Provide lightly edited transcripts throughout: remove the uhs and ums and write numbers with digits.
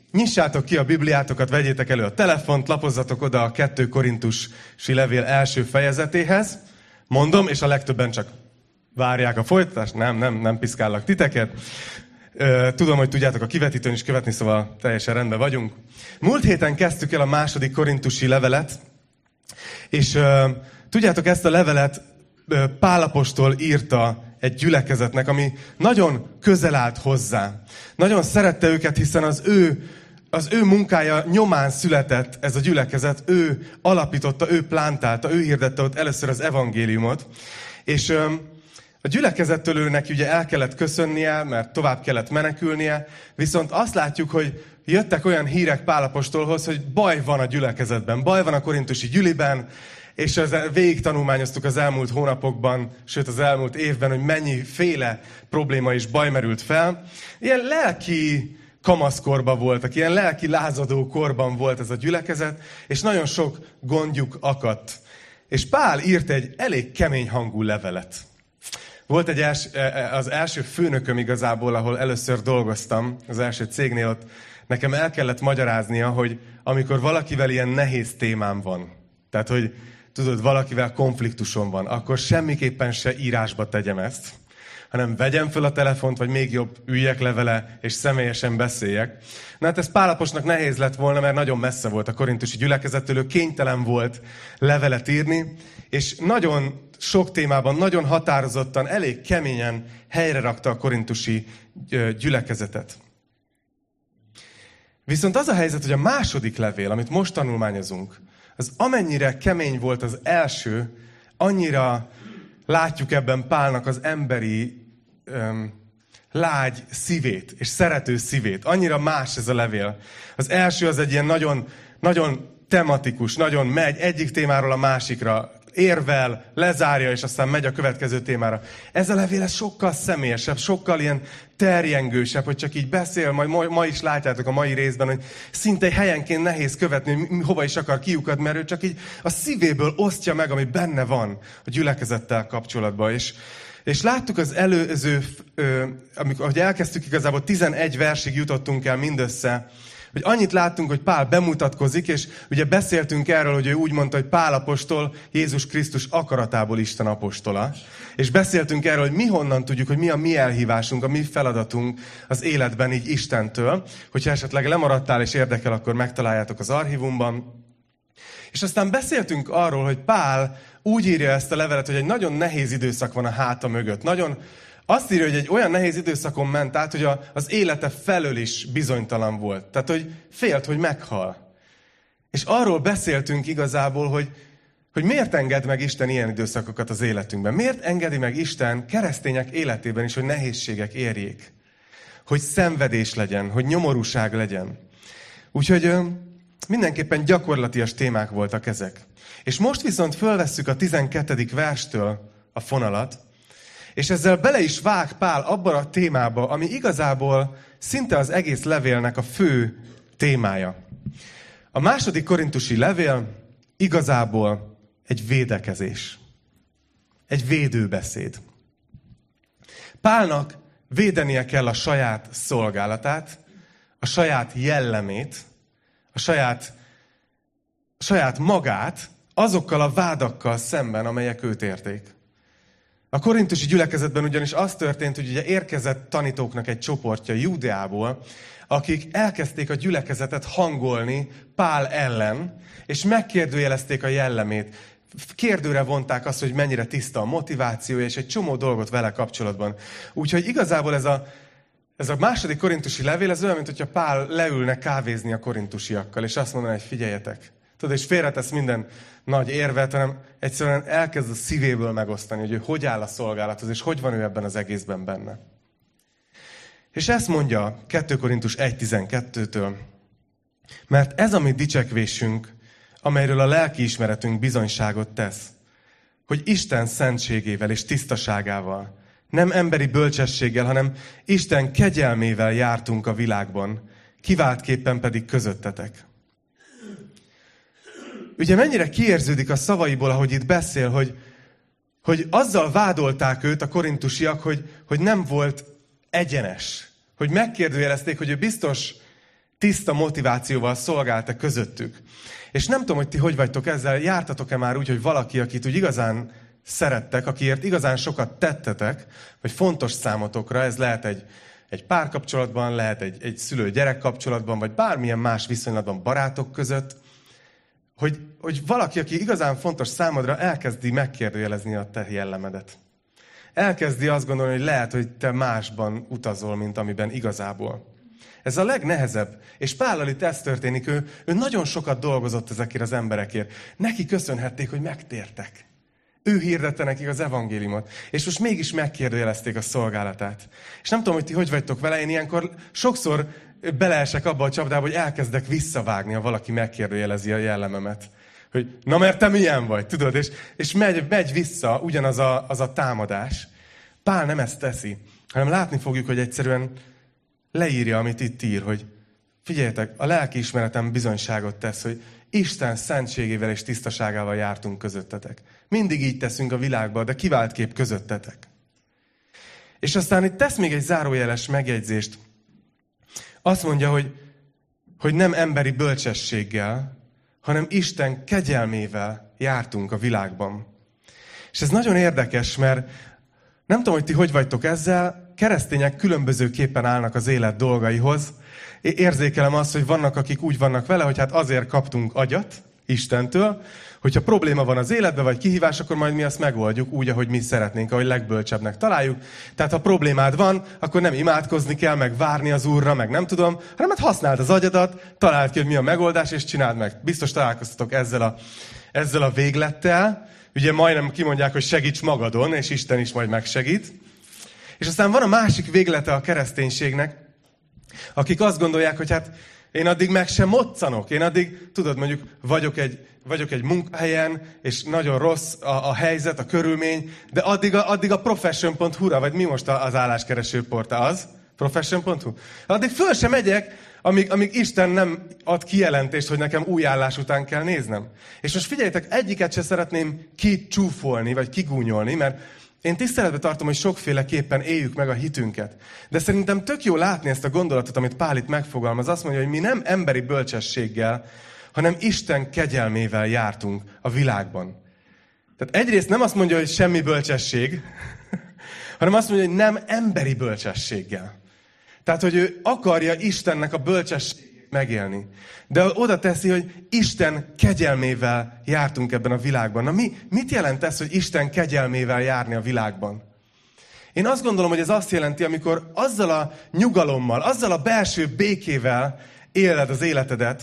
Nyissátok ki a Bibliátokat, vegyétek elő a telefont, lapozzatok oda a 2 Korintusi levél első fejezetéhez. Mondom, és a legtöbben csak várják a folytatást. Nem piszkállak titeket. Tudom, hogy tudjátok a kivetítőn is követni, szóval teljesen rendben vagyunk. Múlt héten kezdtük el a 2. Korintusi levelet, és tudjátok, ezt a levelet Pál apostol írta egy gyülekezetnek, ami nagyon közel állt hozzá. Nagyon szerette őket, hiszen az ő munkája nyomán született ez a gyülekezet. Ő alapította, ő plántálta, ő hirdette ott először az evangéliumot. És a gyülekezettől őnek ugye el kellett köszönnie, mert tovább kellett menekülnie, viszont azt látjuk, hogy jöttek olyan hírek Pál apostolhoz, hogy baj van a gyülekezetben, baj van a korintusi gyüliben, és végig tanulmányoztuk az elmúlt hónapokban, sőt az elmúlt évben, hogy mennyiféle probléma és baj merült fel. Ilyen lelki kamaszkorban voltak, ilyen lelki lázadó korban volt ez a gyülekezet, és nagyon sok gondjuk akadt. És Pál írt egy elég kemény hangú levelet. Volt az első főnököm igazából, ahol először dolgoztam, az első cégnél ott nekem el kellett magyaráznia, hogy amikor valakivel ilyen nehéz témám van, tehát hogy tudod, valakivel konfliktusom van, akkor semmiképpen se írásba tegyem ezt, hanem vegyem föl a telefont, vagy még jobb, üljek le vele, és személyesen beszéljek. Na hát ez Pál apostolnak nehéz lett volna, mert nagyon messze volt a korintusi gyülekezettől, ő kénytelen volt levelet írni, és nagyon sok témában, nagyon határozottan, elég keményen helyre rakta a korintusi gyülekezetet. Viszont az a helyzet, hogy a második levél, amit most tanulmányozunk, az amennyire kemény volt az első, annyira látjuk ebben Pálnak az emberi lágy szívét és szerető szívét. Annyira más ez a levél. Az első az egy ilyen nagyon, nagyon tematikus, nagyon megy egyik témáról a másikra, érvel, lezárja, és aztán megy a következő témára. Ez a levél sokkal személyesebb, sokkal ilyen terjengősebb, hogy csak így beszél, ma is látjátok a mai részben, hogy szinte helyenként nehéz követni, hogy hova is akar kiukadni, mert ő csak így a szívéből osztja meg, ami benne van a gyülekezettel kapcsolatban. És láttuk az előző, ahogy elkezdtük igazából 11 versig jutottunk el mindössze, hogy annyit láttunk, hogy Pál bemutatkozik, és ugye beszéltünk erről, hogy ő úgy mondta, hogy Pál apostol Jézus Krisztus akaratából Isten apostola. És beszéltünk erről, hogy mi honnan tudjuk, hogy mi a mi elhívásunk, a mi feladatunk az életben így Istentől. Hogyha esetleg lemaradtál és érdekel, akkor megtaláljátok az archívumban. És aztán beszéltünk arról, hogy Pál úgy írja ezt a levelet, hogy egy nagyon nehéz időszak van a háta mögött. Azt írja, hogy egy olyan nehéz időszakon ment át, hogy az élete felől is bizonytalan volt. Tehát, hogy félt, hogy meghal. És arról beszéltünk igazából, hogy miért enged meg Isten ilyen időszakokat az életünkben. Miért engedi meg Isten keresztények életében is, hogy nehézségek érjék. Hogy szenvedés legyen, hogy nyomorúság legyen. Úgyhogy mindenképpen gyakorlatias témák voltak ezek. És most viszont fölvesszük a 12. verstől a fonalat, és ezzel bele is vág Pál abban a témába, ami igazából szinte az egész levélnek a fő témája. A 2. Korintusi levél igazából egy védekezés. Egy védőbeszéd. Pálnak védenie kell a saját szolgálatát, a saját jellemét, a saját magát azokkal a vádakkal szemben, amelyek őt érték. A korintusi gyülekezetben ugyanis az történt, hogy ugye érkezett tanítóknak egy csoportja Júdeából, akik elkezdték a gyülekezetet hangolni Pál ellen, és megkérdőjelezték a jellemét. Kérdőre vonták azt, hogy mennyire tiszta a motivációja, és egy csomó dolgot vele kapcsolatban. Úgyhogy igazából ez a 2. korintusi levél, ez olyan, mint hogyha Pál leülne kávézni a korintusiakkal, és azt mondaná, hogy figyeljetek. Tudod, és félretesz minden nagy érvet, hanem egyszerűen elkezd a szívéből megosztani, hogy ő hogy áll a szolgálathoz, és hogy van ő ebben az egészben benne. És ezt mondja 2 Korintus 1.12-től, mert ez a mi dicsekvésünk, amelyről a lelkiismeretünk bizonyságot tesz, hogy Isten szentségével és tisztaságával, nem emberi bölcsességgel, hanem Isten kegyelmével jártunk a világban, kiváltképpen pedig közöttetek. Ugye mennyire kiérződik a szavaiból, ahogy itt beszél, hogy azzal vádolták őt a korintusiak, hogy nem volt egyenes. Hogy megkérdőjelezték, hogy ő biztos tiszta motivációval szolgál-e közöttük. És nem tudom, hogy ti hogy vagytok ezzel, jártatok-e már úgy, hogy valaki, akit úgy igazán szerettek, akiért igazán sokat tettetek, vagy fontos számotokra, ez lehet egy párkapcsolatban, lehet egy szülő-gyerek kapcsolatban, vagy bármilyen más viszonylatban barátok között, hogy valaki, aki igazán fontos számodra, elkezdi megkérdőjelezni a te jellemedet. Elkezdi azt gondolni, hogy lehet, hogy te másban utazol, mint amiben igazából. Ez a legnehezebb. És Pállal itt ez történik, ő nagyon sokat dolgozott ezekért az emberekért. Neki köszönhették, hogy megtértek. Ő hirdette nekik az evangéliumot. És most mégis megkérdőjelezték a szolgálatát. És nem tudom, hogy ti hogy vagytok vele, én ilyenkor sokszor beleesek abba a csapdába, hogy elkezdek visszavágni, ha valaki megkérdőjelezi a jellememet. Hogy na mert te milyen vagy, tudod? És megy vissza ugyanaz az a támadás. Pál nem ezt teszi, hanem látni fogjuk, hogy egyszerűen leírja, amit itt ír, hogy figyeljetek, a lelkiismeretem bizonyságot tesz, hogy Isten szentségével és tisztaságával jártunk közöttetek. Mindig így teszünk a világban, de kivált kép közöttetek. És aztán itt tesz még egy zárójeles megjegyzést. Azt mondja, hogy nem emberi bölcsességgel, hanem Isten kegyelmével jártunk a világban. És ez nagyon érdekes, mert nem tudom, hogy ti hogy vagytok ezzel, keresztények különbözőképpen állnak az élet dolgaihoz. Érzékelem azt, hogy vannak, akik úgy vannak vele, hogy hát azért kaptunk agyat Istentől, hogyha probléma van az életben, vagy kihívás, akkor majd mi azt megoldjuk úgy, ahogy mi szeretnénk, ahogy legbölcsebbnek találjuk. Tehát ha problémád van, akkor nem imádkozni kell, meg várni az Úrra, meg nem tudom, hanem hát használd az agyadat, találd ki, hogy mi a megoldás, és csináld meg. Biztos találkoztatok ezzel a véglettel. Ugye majdnem kimondják, hogy segíts magadon, és Isten is majd megsegít. És aztán van a másik véglete a kereszténységnek, akik azt gondolják, hogy hát én addig meg sem moccanok. Én addig, tudod, mondjuk vagyok egy munkahelyen, és nagyon rossz a helyzet, a körülmény, de addig a profession.hu-ra, vagy mi most az álláskereső portál az? Profession.hu? Addig föl sem megyek, amíg Isten nem ad kijelentést, hogy nekem új állás után kell néznem. És most figyeljetek, egyiket se szeretném kicsúfolni, vagy kigúnyolni, mert én tiszteletbe tartom, hogy sokféleképpen éljük meg a hitünket. De szerintem tök jó látni ezt a gondolatot, amit Pál itt megfogalmaz. Azt mondja, hogy mi nem emberi bölcsességgel, hanem Isten kegyelmével jártunk a világban. Tehát egyrészt nem azt mondja, hogy semmi bölcsesség, hanem azt mondja, hogy nem emberi bölcsességgel. Tehát, hogy ő akarja Istennek a bölcsességét megélni. De oda teszi, hogy Isten kegyelmével jártunk ebben a világban. Na mit jelent ez, hogy Isten kegyelmével járni a világban? Én azt gondolom, hogy ez azt jelenti, amikor azzal a nyugalommal, azzal a belső békével éled az életedet,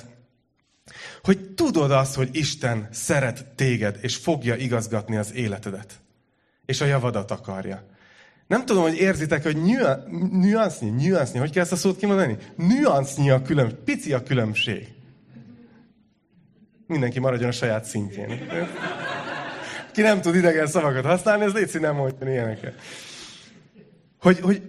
hogy tudod azt, hogy Isten szeret téged, és fogja igazgatni az életedet. És a javadat akarja. Nem tudom, hogy érzitek, hogy nüansznyi, hogy kell ezt a szót kimondani? Nüansznyi a különbség, pici a különbség. Mindenki maradjon a saját szintjén. Ki nem tud idegen szavakat használni, ez légy nem mondjon ilyeneket. Hogy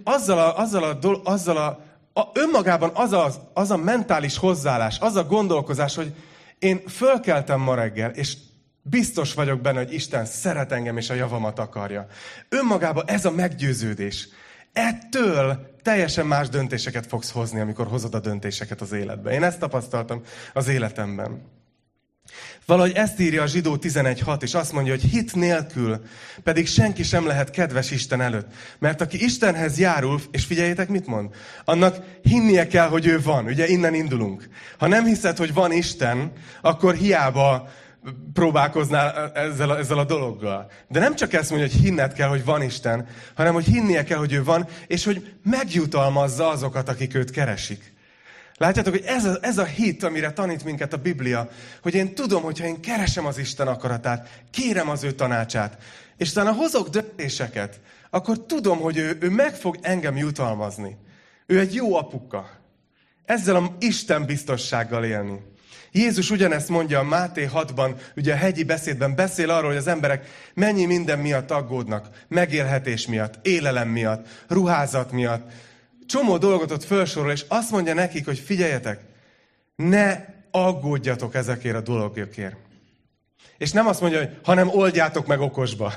önmagában az a mentális hozzáállás, az a gondolkozás, hogy én fölkeltem ma reggel, és biztos vagyok benne, hogy Isten szeret engem, és a javamat akarja. Önmagában ez a meggyőződés. Ettől teljesen más döntéseket fogsz hozni, amikor hozod a döntéseket az életbe. Én ezt tapasztaltam az életemben. Valahogy ezt írja a Zsidó 11.6, és azt mondja, hogy hit nélkül pedig senki sem lehet kedves Isten előtt. Mert aki Istenhez járul, és figyeljétek, mit mond? Annak hinnie kell, hogy ő van. Ugye innen indulunk. Ha nem hiszed, hogy van Isten, akkor hiába próbálkoznál ezzel a dologgal. De nem csak ezt mondja, hogy hinned kell, hogy van Isten, hanem hogy hinnie kell, hogy ő van, és hogy megjutalmazza azokat, akik őt keresik. Látjátok, hogy ez a hit, amire tanít minket a Biblia, hogy én tudom, hogyha én keresem az Isten akaratát, kérem az ő tanácsát, és utána hozok döntéseket, akkor tudom, hogy ő meg fog engem jutalmazni. Ő egy jó apuka. Ezzel a Isten biztossággal élni. Jézus ugyanezt mondja a Máté 6-ban, ugye a hegyi beszédben beszél arról, hogy az emberek mennyi minden miatt aggódnak. Megélhetés miatt, élelem miatt, ruházat miatt. Csomó dolgot ott felsorol, és azt mondja nekik, hogy figyeljetek, ne aggódjatok ezekért a dolgokért. És nem azt mondja, hogy hanem oldjátok meg okosba.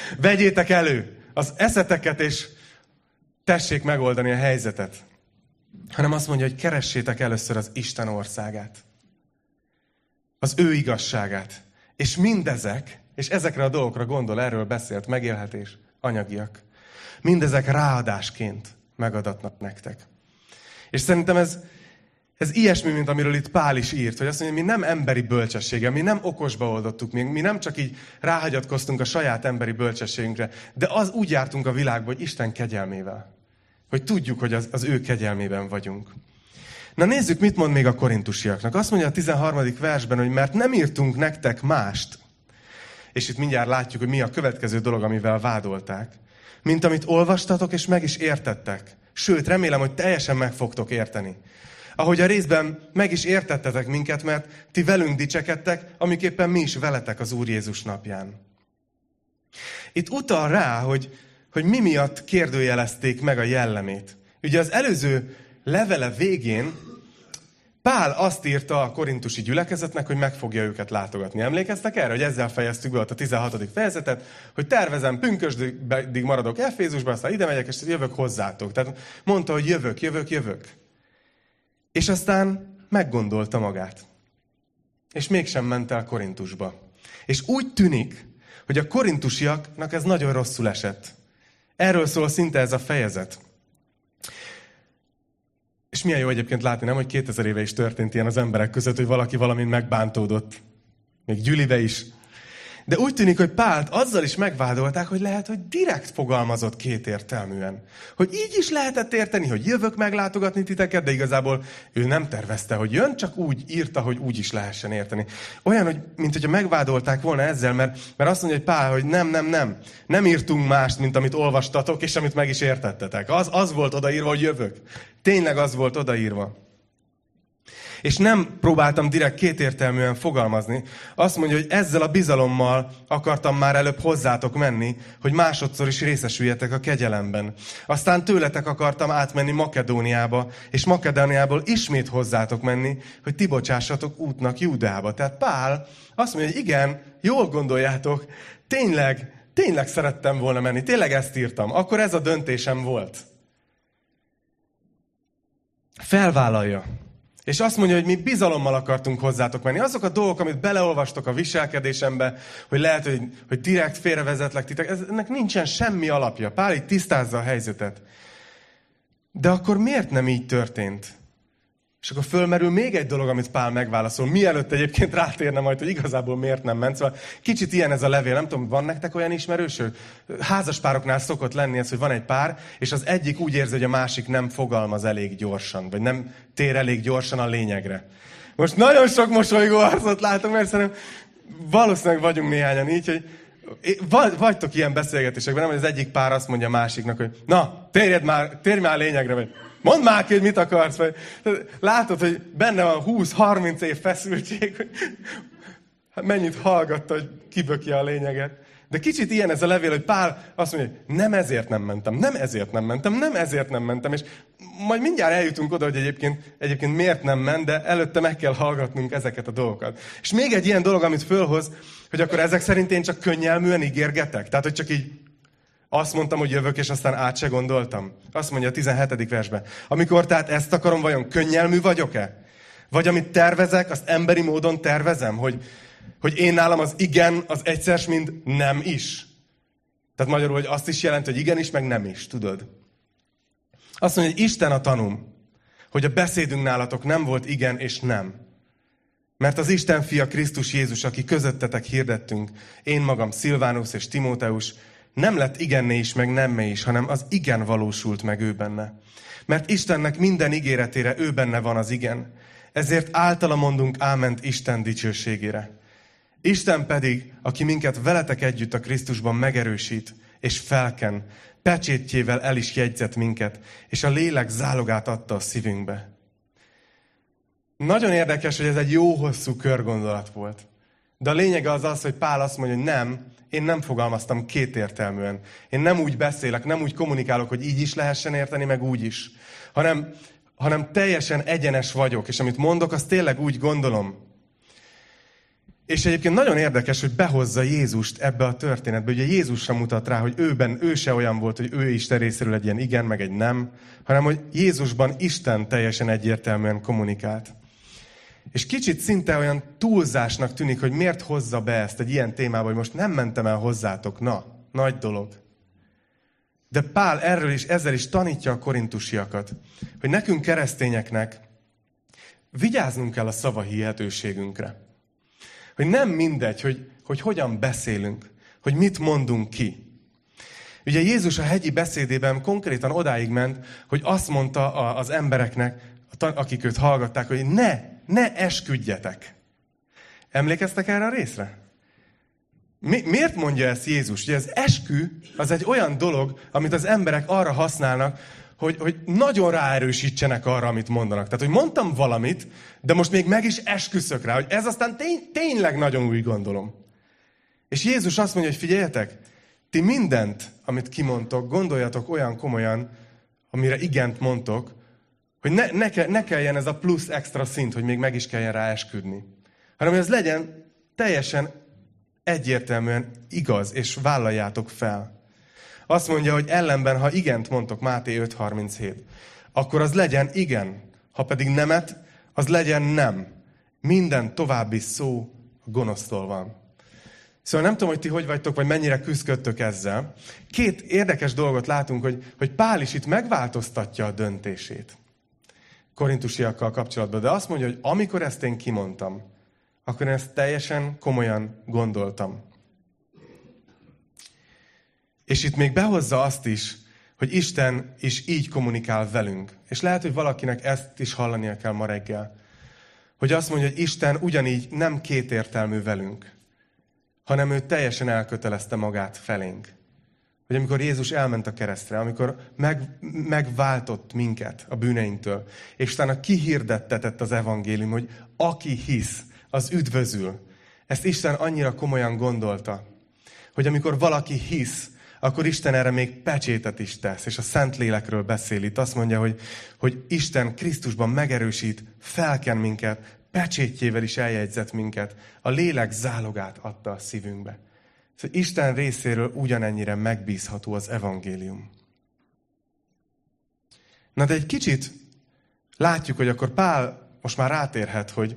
Vegyétek elő az eszeteket, és tessék megoldani a helyzetet. hanem azt mondja, hogy keressétek először az Isten országát. Az ő igazságát. És mindezek, és ezekre a dolgokra gondol, erről beszélt, megélhetés, anyagiak. Mindezek ráadásként megadatnak nektek. És szerintem ez ilyesmi, mint amiről itt Pál is írt, hogy azt mondja, mi nem emberi bölcsességgel, mi nem okosba oldottuk még, mi nem csak így ráhagyatkoztunk a saját emberi bölcsességünkre, de úgy jártunk a világba, hogy Isten kegyelmével. Hogy tudjuk, hogy az ő kegyelmében vagyunk. Na nézzük, mit mond még a korintusiaknak. Azt mondja a 13. versben, hogy mert nem írtunk nektek mást, és itt mindjárt látjuk, hogy mi a következő dolog, amivel vádolták, mint amit olvastatok, és meg is értettek. Sőt, remélem, hogy teljesen meg fogtok érteni. Ahogy a részben meg is értettetek minket, mert ti velünk dicsekedtek, amiképpen mi is veletek az Úr Jézus napján. Itt utal rá, hogy mi miatt kérdőjelezték meg a jellemét. Ugye az előző levele végén Pál azt írta a korintusi gyülekezetnek, hogy meg fogja őket látogatni. Emlékeztek erre, hogy ezzel fejeztük be ott a 16. fejezetet, hogy tervezem, pünkösdig maradok Efézusban, aztán ide megyek, és jövök hozzátok. Tehát mondta, hogy jövök. És aztán meggondolta magát. És mégsem ment el Korintusba. És úgy tűnik, hogy a korintusiaknak ez nagyon rosszul esett. Erről szól szinte ez a fejezet. És milyen jó egyébként látni, nem, hogy 2000 éve is történt ilyen az emberek között, hogy valaki valamin megbántódott. Még Gyülibe is. De úgy tűnik, hogy Pált azzal is megvádolták, hogy lehet, hogy direkt fogalmazott kétértelműen. Hogy így is lehetett érteni, hogy jövök meglátogatni titeket, de igazából ő nem tervezte, hogy jön, csak úgy írta, hogy úgy is lehessen érteni. Olyan, hogy, mint hogyha megvádolták volna ezzel, mert azt mondja, hogy Pál, hogy nem írtunk mást, mint amit olvastatok, és amit meg is értettetek. Az volt odaírva, hogy jövök. Tényleg az volt odaírva. És nem próbáltam direkt kétértelműen fogalmazni. Azt mondja, hogy ezzel a bizalommal akartam már előbb hozzátok menni, hogy másodszor is részesüljetek a kegyelemben. Aztán tőletek akartam átmenni Makedóniába, és Makedóniából ismét hozzátok menni, hogy ti bocsássatok útnak Júdeába. Tehát Pál azt mondja, hogy igen, jól gondoljátok, tényleg szerettem volna menni, tényleg ezt írtam. Akkor ez a döntésem volt. Felvállalja. És azt mondja, hogy mi bizalommal akartunk hozzátok menni. Azok a dolgok, amit beleolvastok a viselkedésembe, hogy lehet, hogy direkt félrevezetlek titeket, ennek nincsen semmi alapja. Pál így tisztázza a helyzetet. De akkor miért nem így történt? És akkor fölmerül még egy dolog, amit Pál megválaszol, mielőtt egyébként rátérne majd, hogy igazából miért nem ment. Szóval kicsit ilyen ez a levél, nem tudom, van nektek olyan ismerős? Házaspároknál szokott lenni ez, hogy van egy pár, és az egyik úgy érzi, hogy a másik nem fogalmaz elég gyorsan, vagy nem tér elég gyorsan a lényegre. Most nagyon sok mosolygó arcot látom, mert szerintem valószínűleg vagyunk néhányan így, hogy vagytok ilyen beszélgetésekben, nem, hogy az egyik pár azt mondja a másiknak, hogy na, térj már a lényegre, vagy mondd már ki, hogy mit akarsz. Vagy látod, hogy benne van 20-30 év feszültség, hogy hát mennyit hallgatta, hogy kibökje a lényeget. De kicsit ilyen ez a levél, hogy Pál azt mondja, hogy nem ezért nem mentem, és majd mindjárt eljutunk oda, hogy egyébként miért nem ment, de előtte meg kell hallgatnunk ezeket a dolgokat. És még egy ilyen dolog, amit fölhoz, hogy akkor ezek szerint én csak könnyelműen ígérgetek. Tehát, hogy csak így azt mondtam, hogy jövök, és aztán át se gondoltam. Azt mondja a 17. versben. Amikor tehát ezt akarom, vajon könnyelmű vagyok-e? Vagy amit tervezek, azt emberi módon tervezem? Hogy én nálam az igen, az egyszers, mint nem is. Tehát magyarul, hogy azt is jelenti, hogy igen is, meg nem is, tudod? Azt mondja, hogy Isten a tanúm, hogy a beszédünk nálatok nem volt igen és nem. Mert az Isten fia Krisztus Jézus, aki közöttetek hirdettünk, én magam, Szilvánusz és Timóteus, nem lett igenné is, meg nemmé is, hanem az igen valósult meg ő benne. Mert Istennek minden ígéretére ő benne van az igen. Ezért általa mondunk áment Isten dicsőségére. Isten pedig, aki minket veletek együtt a Krisztusban megerősít és felken, pecsétjével el is jegyzett minket, és a lélek zálogát adta a szívünkbe. Nagyon érdekes, hogy ez egy jó hosszú körgondolat volt. De a lényege az, hogy Pál azt mondja, hogy nem, én nem fogalmaztam kétértelműen. Én nem úgy beszélek, nem úgy kommunikálok, hogy így is lehessen érteni, meg úgy is. Hanem teljesen egyenes vagyok, és amit mondok, azt tényleg úgy gondolom. És egyébként nagyon érdekes, hogy behozza Jézust ebbe a történetbe. Ugye Jézus sem mutat rá, hogy ő se olyan volt, hogy ő Isten részéről egy ilyen igen, meg egy nem, hanem hogy Jézusban Isten teljesen egyértelműen kommunikált. És kicsit szinte olyan túlzásnak tűnik, hogy miért hozza be ezt egy ilyen témába, hogy most nem mentem el hozzátok. Na, nagy dolog. De Pál ezzel is tanítja a korintusiakat, hogy nekünk keresztényeknek vigyáznunk kell a szava hihetőségünkre. Hogy nem mindegy, hogy hogyan beszélünk, hogy mit mondunk ki. Ugye Jézus a hegyi beszédében konkrétan odáig ment, hogy azt mondta az embereknek, akik őt hallgatták, hogy ne esküdjetek. Emlékeztek erre a részre? Miért mondja ezt Jézus? Ugye az eskü az egy olyan dolog, amit az emberek arra használnak, hogy nagyon ráerősítsenek arra, amit mondanak. Tehát, hogy mondtam valamit, de most még meg is esküszök rá, hogy ez aztán tényleg nagyon úgy gondolom. És Jézus azt mondja, hogy figyeljetek, ti mindent, amit kimondtok, gondoljatok olyan komolyan, amire igent mondtok, hogy ne kelljen ez a plusz extra szint, hogy még meg is kelljen rá esküdni. Hanem, hogy ez legyen teljesen egyértelműen igaz, és vállaljátok fel. Azt mondja, hogy ellenben, ha igent mondtok, Máté 5.37, akkor az legyen igen, ha pedig nemet, az legyen nem. Minden további szó a gonosztól van. Szóval nem tudom, hogy ti hogy vagytok, vagy mennyire küzdködtök ezzel. Két érdekes dolgot látunk, hogy Pál is itt megváltoztatja a döntését korintusiakkal kapcsolatban. De azt mondja, hogy amikor ezt én kimondtam, akkor én ezt teljesen komolyan gondoltam. És itt még behozza azt is, hogy Isten is így kommunikál velünk. És lehet, hogy valakinek ezt is hallania kell ma reggel. Hogy azt mondja, hogy Isten ugyanígy nem kétértelmű velünk, hanem ő teljesen elkötelezte magát felénk. Hogy amikor Jézus elment a keresztre, amikor megváltott minket a bűneinktől, és utána kihirdettetett az evangélium, hogy aki hisz, az üdvözül. Ezt Isten annyira komolyan gondolta, hogy amikor valaki hisz, akkor Isten erre még pecsétet is tesz, és a Szentlélekről beszél itt. Azt mondja, hogy Isten Krisztusban megerősít, felken minket, pecsétjével is eljegyzett minket, a lélek zálogát adta a szívünkbe. Szóval Isten részéről ugyanennyire megbízható az evangélium. Na de egy kicsit látjuk, hogy akkor Pál most már rátérhet, hogy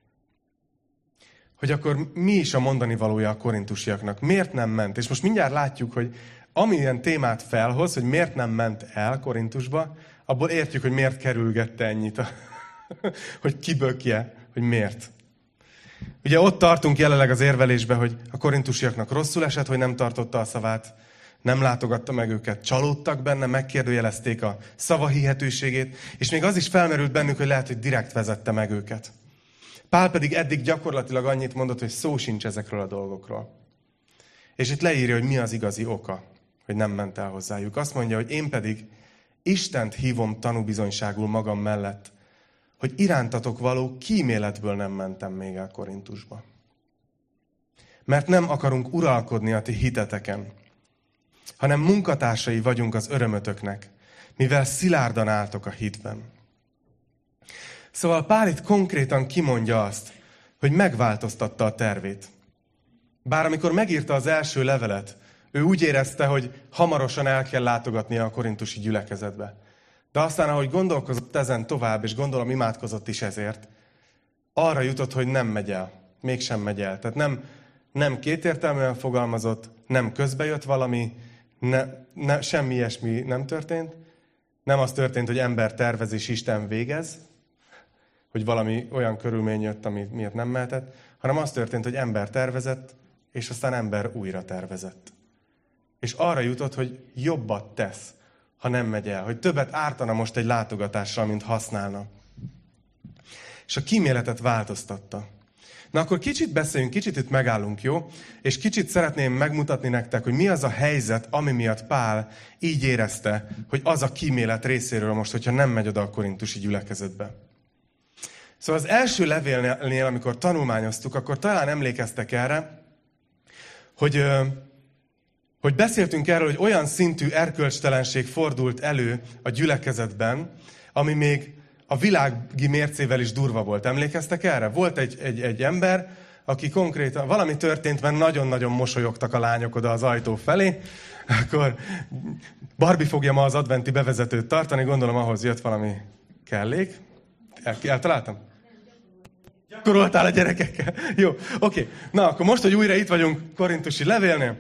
akkor mi is a mondani valója a korintusiaknak. Miért nem ment? És most mindjárt látjuk, hogy amilyen témát felhoz, hogy miért nem ment el Korintusba, abból értjük, hogy miért kerülgette ennyit, hogy kibökje, hogy miért. Ugye ott tartunk jelenleg az érvelésbe, hogy a korintusiaknak rosszul esett, hogy nem tartotta a szavát, nem látogatta meg őket, csalódtak benne, megkérdőjelezték a szava hihetőségét, és még az is felmerült bennük, hogy lehet, hogy direkt vezette meg őket. Pál pedig eddig gyakorlatilag annyit mondott, hogy szó sincs ezekről a dolgokról. És itt leírja, hogy mi az igazi oka, hogy nem ment el hozzájuk. Azt mondja, hogy én pedig Istent hívom tanúbizonyságul magam mellett, hogy irántatok való kíméletből nem mentem még el Korintusba. Mert nem akarunk uralkodni a ti hiteteken, hanem munkatársai vagyunk az örömötöknek, mivel szilárdan álltok a hitben. Szóval Pál itt konkrétan kimondja azt, hogy megváltoztatta a tervét. Bár amikor megírta az első levelet, ő úgy érezte, hogy hamarosan el kell látogatnia a korintusi gyülekezetbe. De aztán, ahogy gondolkozott ezen tovább, és gondolom imádkozott is ezért, arra jutott, hogy nem megy el. Mégsem megy el. Tehát nem kétértelműen fogalmazott, nem közbejött valami, semmi ilyesmi nem történt. Nem az történt, hogy ember tervez és Isten végez, hogy valami olyan körülmény jött, ami miatt nem mehetett, hanem az történt, hogy ember tervezett, és aztán ember újra tervezett. És arra jutott, hogy jobbat tesz, ha nem megy el. Hogy többet ártana most egy látogatással, mint használna. És a kíméletet változtatta. Na akkor kicsit beszéljünk, kicsit itt megállunk, jó? És kicsit szeretném megmutatni nektek, hogy mi az a helyzet, ami miatt Pál így érezte, hogy az a kímélet részéről most, hogyha nem megy oda a korintusi gyülekezetbe. Szóval az első levélnél, amikor tanulmányoztuk, akkor talán emlékeztek erre, hogy beszéltünk erről, hogy olyan szintű erkölcstelenség fordult elő a gyülekezetben, ami még a világi mércével is durva volt. Emlékeztek erre? Volt egy ember, aki konkrétan, valami történt, mert nagyon-nagyon mosolyogtak a lányok oda az ajtó felé, akkor Barbie fogja ma az adventi bevezetőt tartani, gondolom ahhoz jött valami kellék. Eltaláltam? Gyakoroltál a gyerekekkel? Jó, oké. Na, akkor most, hogy újra itt vagyunk korintusi levélnél.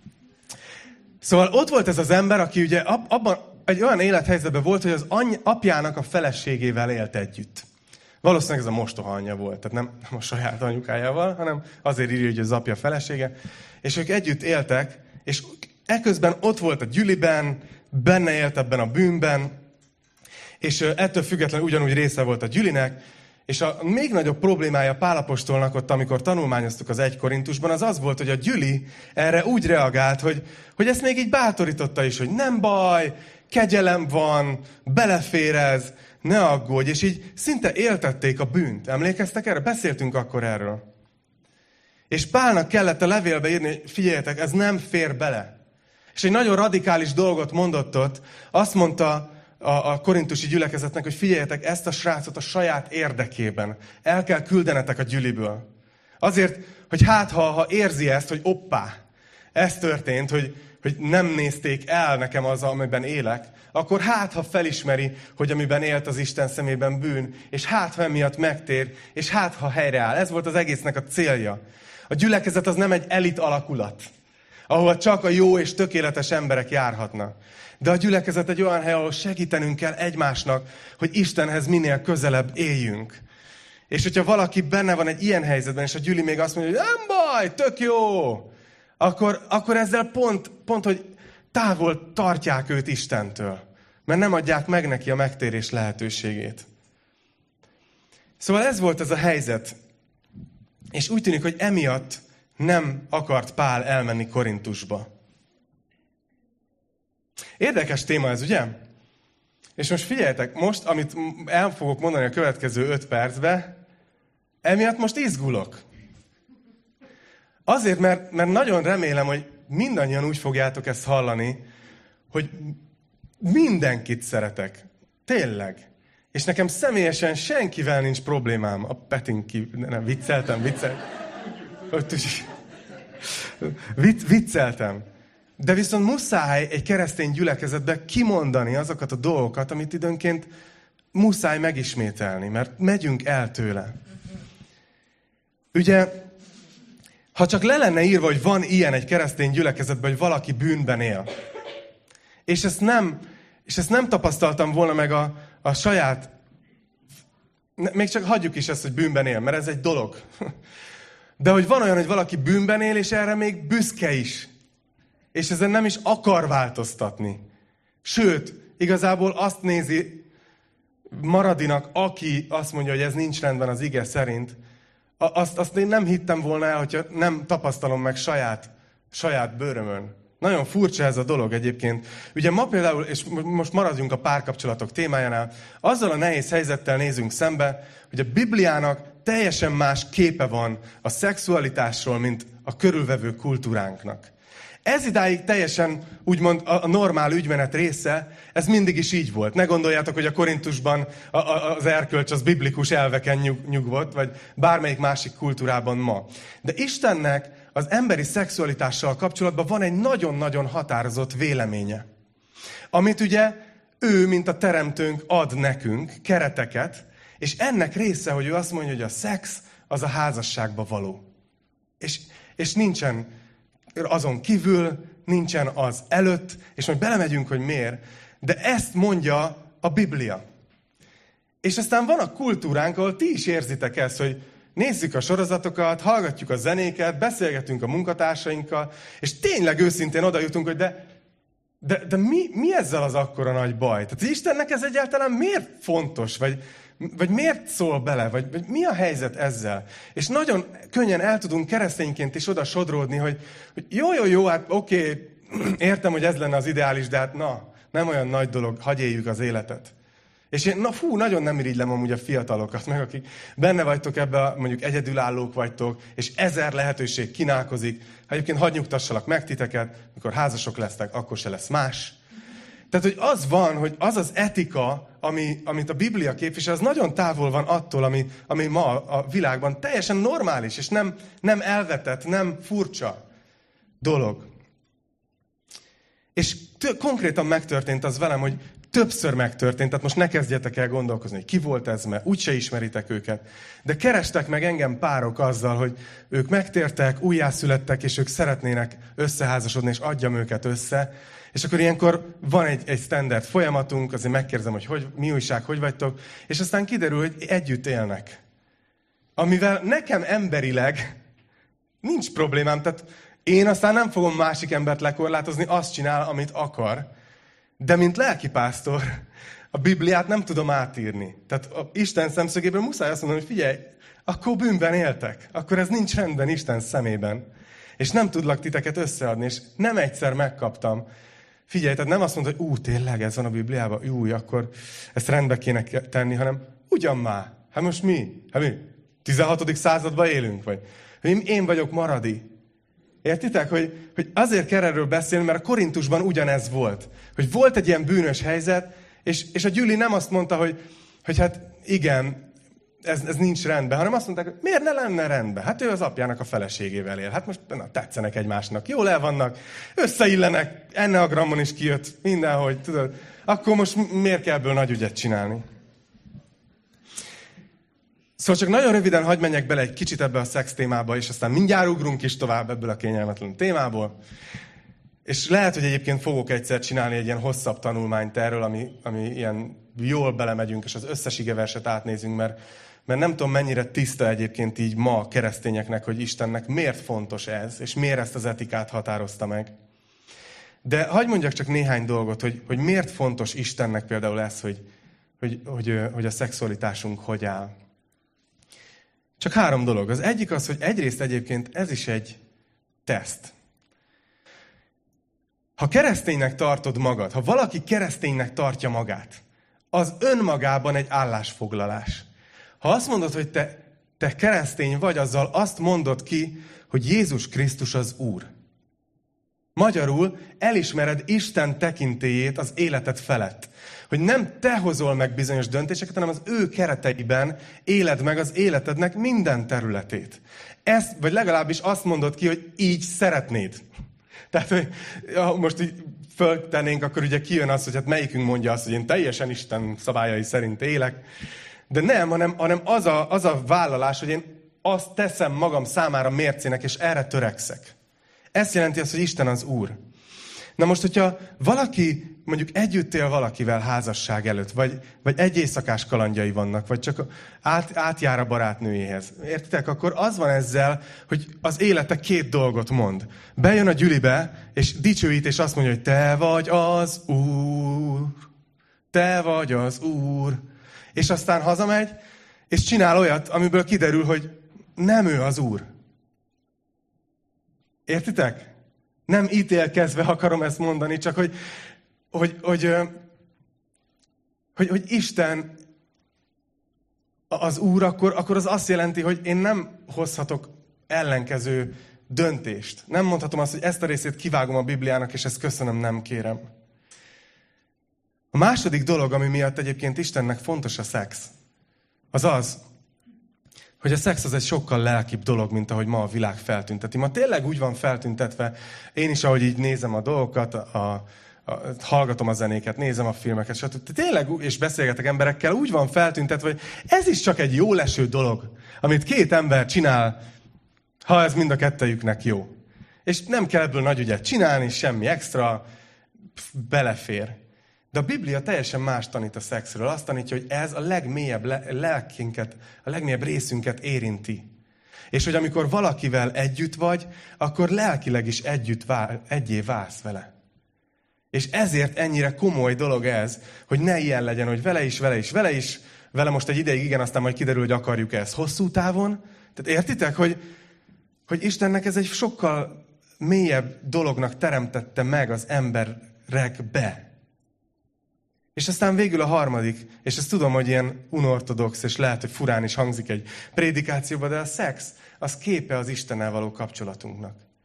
Szóval ott volt ez az ember, aki ugye abban egy olyan élethelyzetben volt, hogy az apjának a feleségével élt együtt. Valószínűleg ez a mostoha anyja volt, tehát nem a saját anyukájával, hanem azért írja, hogy az apja felesége. És ők együtt éltek, és eközben ott volt a gyüliben, benne élt ebben a bűnben, és ettől függetlenül ugyanúgy része volt a gyülinek, és a még nagyobb problémája Pál apostolnak ott, amikor tanulmányoztuk az 1 Korintusban, az volt, hogy a gyüli erre úgy reagált, hogy ezt még így bátorította is, hogy nem baj, kegyelem van, belefér ez, ne aggódj, és így szinte éltették a bűnt. Emlékeztek erre? Beszéltünk akkor erről. És Pálnak kellett a levélbe írni, hogy figyeljetek, ez nem fér bele. És egy nagyon radikális dolgot mondott ott, azt mondta a korintusi gyülekezetnek, hogy figyeljetek, ezt a srácot a saját érdekében el kell küldenetek a gyüliből. Azért, hogy ha érzi ezt, hogy oppá, ez történt, hogy nem nézték el nekem az, amiben élek, akkor ha felismeri, hogy amiben élt az Isten szemében bűn, és ha emiatt megtér, és ha helyreáll. Ez volt az egésznek a célja. A gyülekezet az nem egy elit alakulat, ahol csak a jó és tökéletes emberek járhatnak. De a gyülekezet egy olyan hely, ahol segítenünk kell egymásnak, hogy Istenhez minél közelebb éljünk. És hogyha valaki benne van egy ilyen helyzetben, és a gyüli még azt mondja, hogy nem baj, tök jó, akkor ezzel pont, hogy távol tartják őt Istentől. Mert nem adják meg neki a megtérés lehetőségét. Szóval ez volt ez a helyzet. És úgy tűnik, hogy emiatt nem akart Pál elmenni Korintusba. Érdekes téma ez, ugye? És most figyeljetek, most, amit el fogok mondani a következő 5 percbe, emiatt most izgulok. Azért, mert nagyon remélem, hogy mindannyian úgy fogjátok ezt hallani, hogy mindenkit szeretek. Tényleg. És nekem személyesen senkivel nincs problémám. A Petin nem, vicceltem. Vicceltem. De viszont muszáj egy keresztény gyülekezetbe kimondani azokat a dolgokat, amit időnként muszáj megismételni, mert megyünk el tőle. Ugye, ha csak le lenne írva, hogy van ilyen egy keresztény gyülekezetben, hogy valaki bűnben él, és ezt nem tapasztaltam volna meg a saját, még csak hagyjuk is ezt, hogy bűnben él, mert ez egy dolog. De hogy van olyan, hogy valaki bűnben él, és erre még büszke is. És ezen nem is akar változtatni. Sőt, igazából azt nézi Maradinak, aki azt mondja, hogy ez nincs rendben az ige szerint, azt én nem hittem volna el, hogyha nem tapasztalom meg saját bőrömön. Nagyon furcsa ez a dolog egyébként. Ugye ma például, és most maradjunk a párkapcsolatok témájánál, azzal a nehéz helyzettel nézünk szembe, hogy a Bibliának teljesen más képe van a szexualitásról, mint a körülvevő kultúránknak. Ez idáig teljesen, úgymond a normál ügymenet része, ez mindig is így volt. Ne gondoljátok, hogy a Korintusban az erkölcs az biblikus elveken nyugvott, vagy bármelyik másik kultúrában ma. De Istennek az emberi szexualitással kapcsolatban van egy nagyon-nagyon határozott véleménye. Amit ugye ő, mint a teremtőnk ad nekünk, kereteket, és ennek része, hogy ő azt mondja, hogy a szex az a házasságba való. És nincsen azon kívül, nincsen az előtt, és majd belemegyünk, hogy miért, de ezt mondja a Biblia. És aztán van a kultúránk, ahol ti is érzitek ezt, hogy nézzük a sorozatokat, hallgatjuk a zenéket, beszélgetünk a munkatársainkkal, és tényleg őszintén oda jutunk, hogy de mi ezzel az akkora nagy baj? Tehát Istennek ez egyáltalán miért fontos? Vagy miért szól bele? Vagy mi a helyzet ezzel? És nagyon könnyen el tudunk keresztényként is oda sodródni, hogy jó, hát oké, értem, hogy ez lenne az ideális, de hát nem olyan nagy dolog, hagyj éljük az életet. És én, nagyon nem irigylem amúgy a fiatalokat, meg akik benne vagytok ebben, mondjuk egyedülállók vagytok, és 1000 lehetőség kínálkozik. Ha egyébként hadd nyugtassalak meg titeket, mikor házasok lesznek, akkor se lesz más. Tehát, hogy az van, hogy az az etika, amit a Biblia képvisel, az nagyon távol van attól, ami ma a világban teljesen normális, és nem elvetett, nem furcsa dolog. És konkrétan megtörtént az velem, hogy többször megtörtént, tehát most ne kezdjetek el gondolkozni, hogy ki volt ez, mert úgyse ismeritek őket. De kerestek meg engem párok azzal, hogy ők megtértek, újjászülettek, és ők szeretnének összeházasodni, és adjam őket össze. És akkor ilyenkor van egy standard folyamatunk, azért megkérdezem, hogy mi újság, hogy vagytok, és aztán kiderül, hogy együtt élnek. Amivel nekem emberileg nincs problémám, tehát én aztán nem fogom másik embert lekorlátozni, azt csinál, amit akar. De mint lelkipásztor, a Bibliát nem tudom átírni. Tehát Isten szemszögéből muszáj azt mondani, hogy figyelj, akkor bűnben éltek. Akkor ez nincs rendben Isten szemében. És nem tudlak titeket összeadni. És nem egyszer megkaptam. Figyelj, tehát nem azt mondta, hogy tényleg ez van a Bibliában? Akkor ezt rendbe kéne tenni, hanem ugyan már. Hát most mi? 16. században élünk? Vagy én vagyok maradi. Értitek, hogy azért kell erről beszélni, mert a Korintusban ugyanez volt. Hogy volt egy ilyen bűnös helyzet, és a Gyüli nem azt mondta, hogy hát igen, ez nincs rendben, hanem azt mondták, hogy miért ne lenne rendben? Hát ő az apjának a feleségével él. Hát most tetszenek egymásnak, jól el vannak, összeillenek, enneagrammon is kijött, mindenhogy, tudod. Akkor most miért kell ebből nagy ügyet csinálni? Szóval csak nagyon röviden hadd menjek bele egy kicsit ebbe a szex témába, és aztán mindjárt ugrunk is tovább ebből a kényelmetlen témából. És lehet, hogy egyébként fogok egyszer csinálni egy ilyen hosszabb tanulmányt erről, ami ilyen jól belemegyünk, és az összes igeverset átnézünk, mert nem tudom, mennyire tiszta egyébként így ma a keresztényeknek, hogy Istennek miért fontos ez, és miért ezt az etikát határozta meg. De hadd mondjak csak néhány dolgot, hogy miért fontos Istennek például ez, hogy a szexualitásunk hogy áll. Csak 3 dolog. Az egyik az, hogy egyrészt egyébként ez is egy teszt. Ha kereszténynek tartod magad, ha valaki kereszténynek tartja magát, az önmagában egy állásfoglalás. Ha azt mondod, hogy te keresztény vagy, azzal azt mondod ki, hogy Jézus Krisztus az Úr. Magyarul elismered Isten tekintélyét az életed felett. Hogy nem te hozol meg bizonyos döntéseket, hanem az ő kereteiben éled meg az életednek minden területét. Ezt, vagy legalábbis azt mondod ki, hogy így szeretnéd. Tehát, hogy most így föltennénk, akkor ugye kijön az, hogy hát melyikünk mondja azt, hogy én teljesen Isten szabályai szerint élek. De nem, hanem az a vállalás, hogy én azt teszem magam számára mércének, és erre törekszek. Ez jelenti azt, hogy Isten az Úr. Na most, hogyha valaki mondjuk együtt él valakivel házasság előtt, vagy egy éjszakás kalandjai vannak, vagy csak átjár a barátnőjéhez. Értitek? Akkor az van ezzel, hogy az élete 2 dolgot mond. Bejön a gyülibe, és dicsőít, és azt mondja, hogy te vagy az Úr. Te vagy az Úr. És aztán hazamegy, és csinál olyat, amiből kiderül, hogy nem ő az Úr. Értitek? Nem ítélkezve akarom ezt mondani, csak hogy Isten az Úr, akkor az azt jelenti, hogy én nem hozhatok ellenkező döntést. Nem mondhatom azt, hogy ezt a részét kivágom a Bibliának, és ezt köszönöm, nem kérem. A második dolog, ami miatt egyébként Istennek fontos a szex, az, hogy a szex az egy sokkal lelkibb dolog, mint ahogy ma a világ feltünteti. Ma tényleg úgy van feltüntetve, én is, ahogy így nézem a dolgokat, hallgatom a zenéket, nézem a filmeket, stb. Tényleg, és beszélgetek emberekkel, úgy van feltüntetve, hogy ez is csak egy jó leső dolog, amit 2 ember csinál, ha ez mind a kettejüknek jó. És nem kell ebből nagy ügyet csinálni, semmi extra, belefér. De a Biblia teljesen más tanít a szexről. Azt tanítja, hogy ez a legmélyebb lelkinket, a legmélyebb részünket érinti. És hogy amikor valakivel együtt vagy, akkor lelkileg is egyé válsz vele. És ezért ennyire komoly dolog ez, hogy ne ilyen legyen, hogy vele most egy ideig igen, aztán majd kiderül, hogy akarjuk ezt hosszú távon. Tehát értitek, hogy Istennek ez egy sokkal mélyebb dolognak teremtette meg az emberekbe. És aztán végül a harmadik, és ezt tudom, hogy ilyen unortodox, és lehet, hogy furán is hangzik egy prédikációban, de a szex, az képe az Istennel való kapcsolatunknak.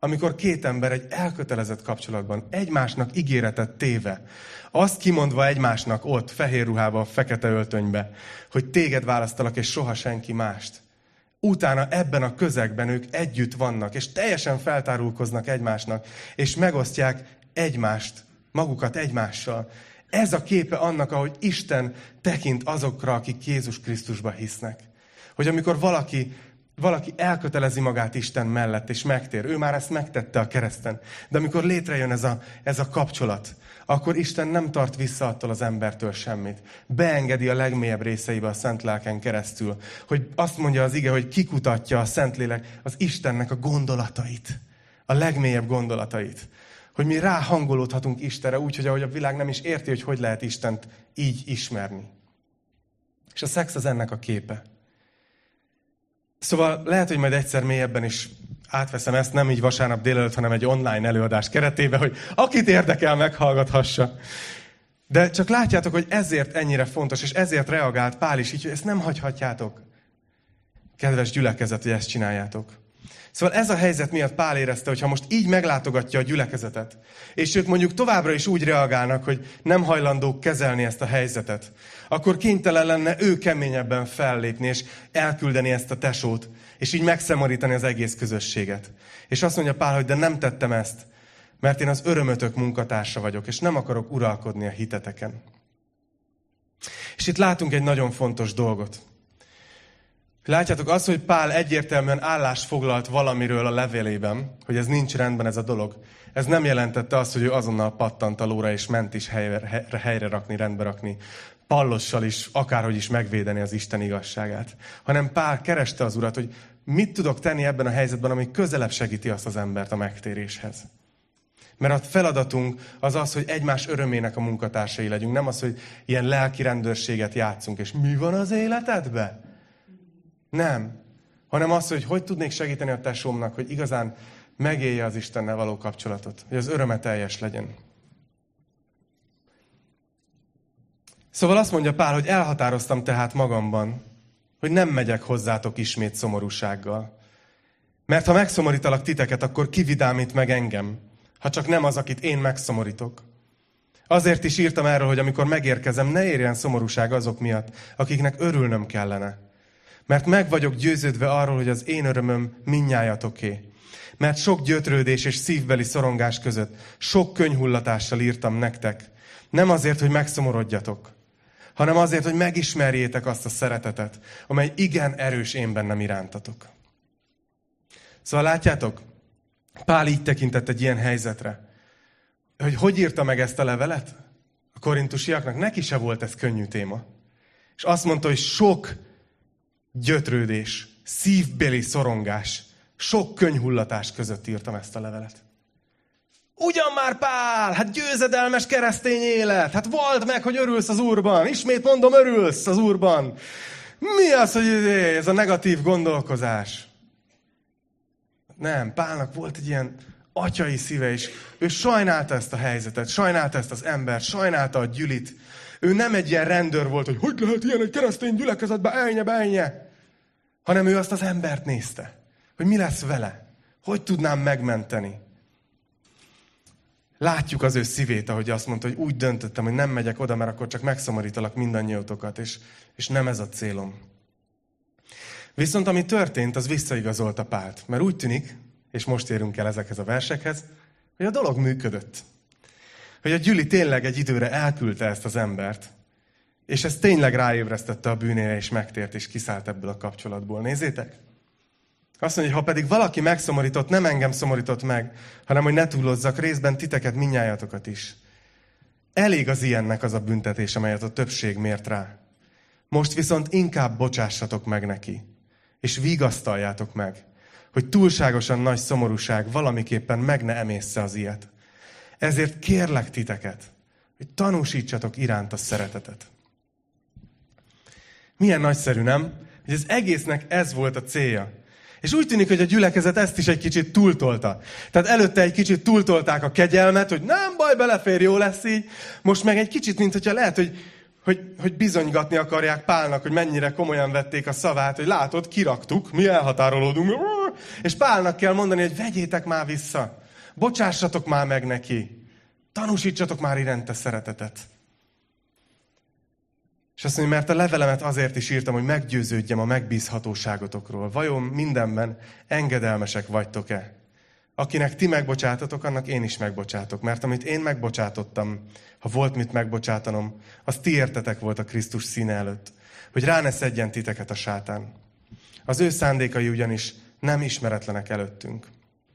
amikor két ember egy elkötelezett kapcsolatban, egymásnak ígéretet téve, azt kimondva egymásnak ott, fehér ruhában, fekete öltönybe, hogy téged választalak, és soha senki mást. Utána ebben a közegben ők együtt vannak, és teljesen feltárulkoznak egymásnak, és megosztják egymást, magukat egymással. Ez a képe annak, ahogy Isten tekint azokra, akik Jézus Krisztusba hisznek. Hogy amikor valaki elkötelezi magát Isten mellett, és megtér, ő már ezt megtette a kereszten, de amikor létrejön ez a kapcsolat, akkor Isten nem tart vissza attól az embertől semmit. Beengedi a legmélyebb részeibe a Szent Lelken keresztül. Hogy azt mondja az ige, hogy kikutatja a Szentlélek az Istennek a gondolatait. A legmélyebb gondolatait. Hogy mi ráhangolódhatunk Istenre úgy, hogy ahogy a világ nem is érti, hogy lehet Istent így ismerni. És a szex az ennek a képe. Szóval lehet, hogy majd egyszer mélyebben is átveszem ezt, nem így vasárnap délelőtt, hanem egy online előadás keretében, hogy akit érdekel, meghallgathassa. De csak látjátok, hogy ezért ennyire fontos, és ezért reagált Pál is így, hogy ezt nem hagyhatjátok. Kedves gyülekezet, hogy ezt csináljátok. Szóval ez a helyzet miatt Pál érezte, hogy ha most így meglátogatja a gyülekezetet, és ők mondjuk továbbra is úgy reagálnak, hogy nem hajlandók kezelni ezt a helyzetet, akkor kénytelen lenne ő keményebben fellépni, és elküldeni ezt a tesót, és így megszemorítani az egész közösséget. És azt mondja Pál, hogy de nem tettem ezt, mert én az örömötök munkatársa vagyok, és nem akarok uralkodni a hiteteken. És itt látunk egy nagyon fontos dolgot. Látjátok, az, hogy Pál egyértelműen állást foglalt valamiről a levélében, hogy ez nincs rendben ez a dolog, ez nem jelentette azt, hogy ő azonnal pattant a lóra, és ment is helyre rakni, rendbe rakni, pallossal is, akárhogy is megvédeni az Isten igazságát. Hanem Pál kereste az Urat, hogy mit tudok tenni ebben a helyzetben, ami közelebb segíti azt az embert a megtéréshez. Mert a feladatunk az az, hogy egymás örömének a munkatársai legyünk, nem az, hogy ilyen lelki rendőrséget játszunk, és mi van az életedben? Nem. Hanem az, hogy tudnék segíteni a tesómnak, hogy igazán megélje az Istennel való kapcsolatot. Hogy az öröme teljes legyen. Szóval azt mondja Pál, hogy elhatároztam tehát magamban, hogy nem megyek hozzátok ismét szomorúsággal. Mert ha megszomorítalak titeket, akkor kividámít meg engem, ha csak nem az, akit én megszomorítok. Azért is írtam erről, hogy amikor megérkezem, ne érjen szomorúság azok miatt, akiknek örülnöm kellene. Mert meg vagyok győződve arról, hogy az én örömöm mindnyájatoké. Mert sok gyötrődés és szívbeli szorongás között sok könyhullatással írtam nektek. Nem azért, hogy megszomorodjatok, hanem azért, hogy megismerjétek azt a szeretetet, amely igen erős én bennem irántatok. Szóval látjátok, Pál így tekintett egy ilyen helyzetre. Hogy írta meg ezt a levelet? A korintusiaknak neki se volt ez könnyű téma. És azt mondta, hogy sok gyötrődés, szívbeli szorongás, sok könyhullatás között írtam ezt a levelet. Ugyan már Pál, hát győzedelmes keresztény élet, hát vald meg, hogy örülsz az Úrban, ismét mondom, örülsz az Úrban. Mi az, hogy ez a negatív gondolkozás? Nem, Pálnak volt egy ilyen atyai szíve is. Ő sajnálta ezt a helyzetet, sajnálta ezt az embert, sajnálta a gyülit. Ő nem egy ilyen rendőr volt, hogy lehet ilyen egy keresztény gyülekezetbe, elnye. Hanem ő azt az embert nézte, hogy mi lesz vele, hogy tudnám megmenteni. Látjuk az ő szívét, ahogy azt mondta, hogy úgy döntöttem, hogy nem megyek oda, mert akkor csak megszomorítalak mindannyiótokat, és nem ez a célom. Viszont ami történt, az visszaigazolta Pált, mert úgy tűnik, és most érünk el ezekhez a versekhez, hogy a dolog működött. Hogy a gyüli tényleg egy időre elküldte ezt az embert, és ez tényleg ráébresztette a bűnére, és megtért, és kiszállt ebből a kapcsolatból. Nézzétek! Azt mondja, hogy ha pedig valaki megszomorított, nem engem szomorított meg, hanem hogy ne túlozzak, részben titeket, mindnyájatokat is. Elég az ilyennek az a büntetés, amelyet a többség mért rá. Most viszont inkább bocsássatok meg neki, és vigasztaljátok meg, hogy túlságosan nagy szomorúság valamiképpen meg ne emészze az ilyet. Ezért kérlek titeket, hogy tanúsítsatok iránt a szeretetet. Milyen nagyszerű, nem? Hogy az egésznek ez volt a célja. És úgy tűnik, hogy a gyülekezet ezt is egy kicsit túltolta. Tehát előtte egy kicsit túltolták a kegyelmet, hogy nem baj, belefér, jó lesz így. Most meg egy kicsit, mint hogyha lehet, hogy bizonygatni akarják Pálnak, hogy mennyire komolyan vették a szavát, hogy látod, kiraktuk, mi elhatárolódunk, És Pálnak kell mondani, hogy vegyétek már vissza. Bocsássatok már meg neki. Tanúsítsatok már iránta szeretetet. És azt mondja, mert a levelemet azért is írtam, hogy meggyőződjem a megbízhatóságotokról. Vajon mindenben engedelmesek vagytok-e? Akinek ti megbocsátatok, annak én is megbocsátok. Mert amit én megbocsátottam, ha volt mit megbocsátanom, az ti értetek volt a Krisztus színe előtt, hogy rá ne szedjen titeket a sátán. Az ő szándékai ugyanis nem ismeretlenek előttünk.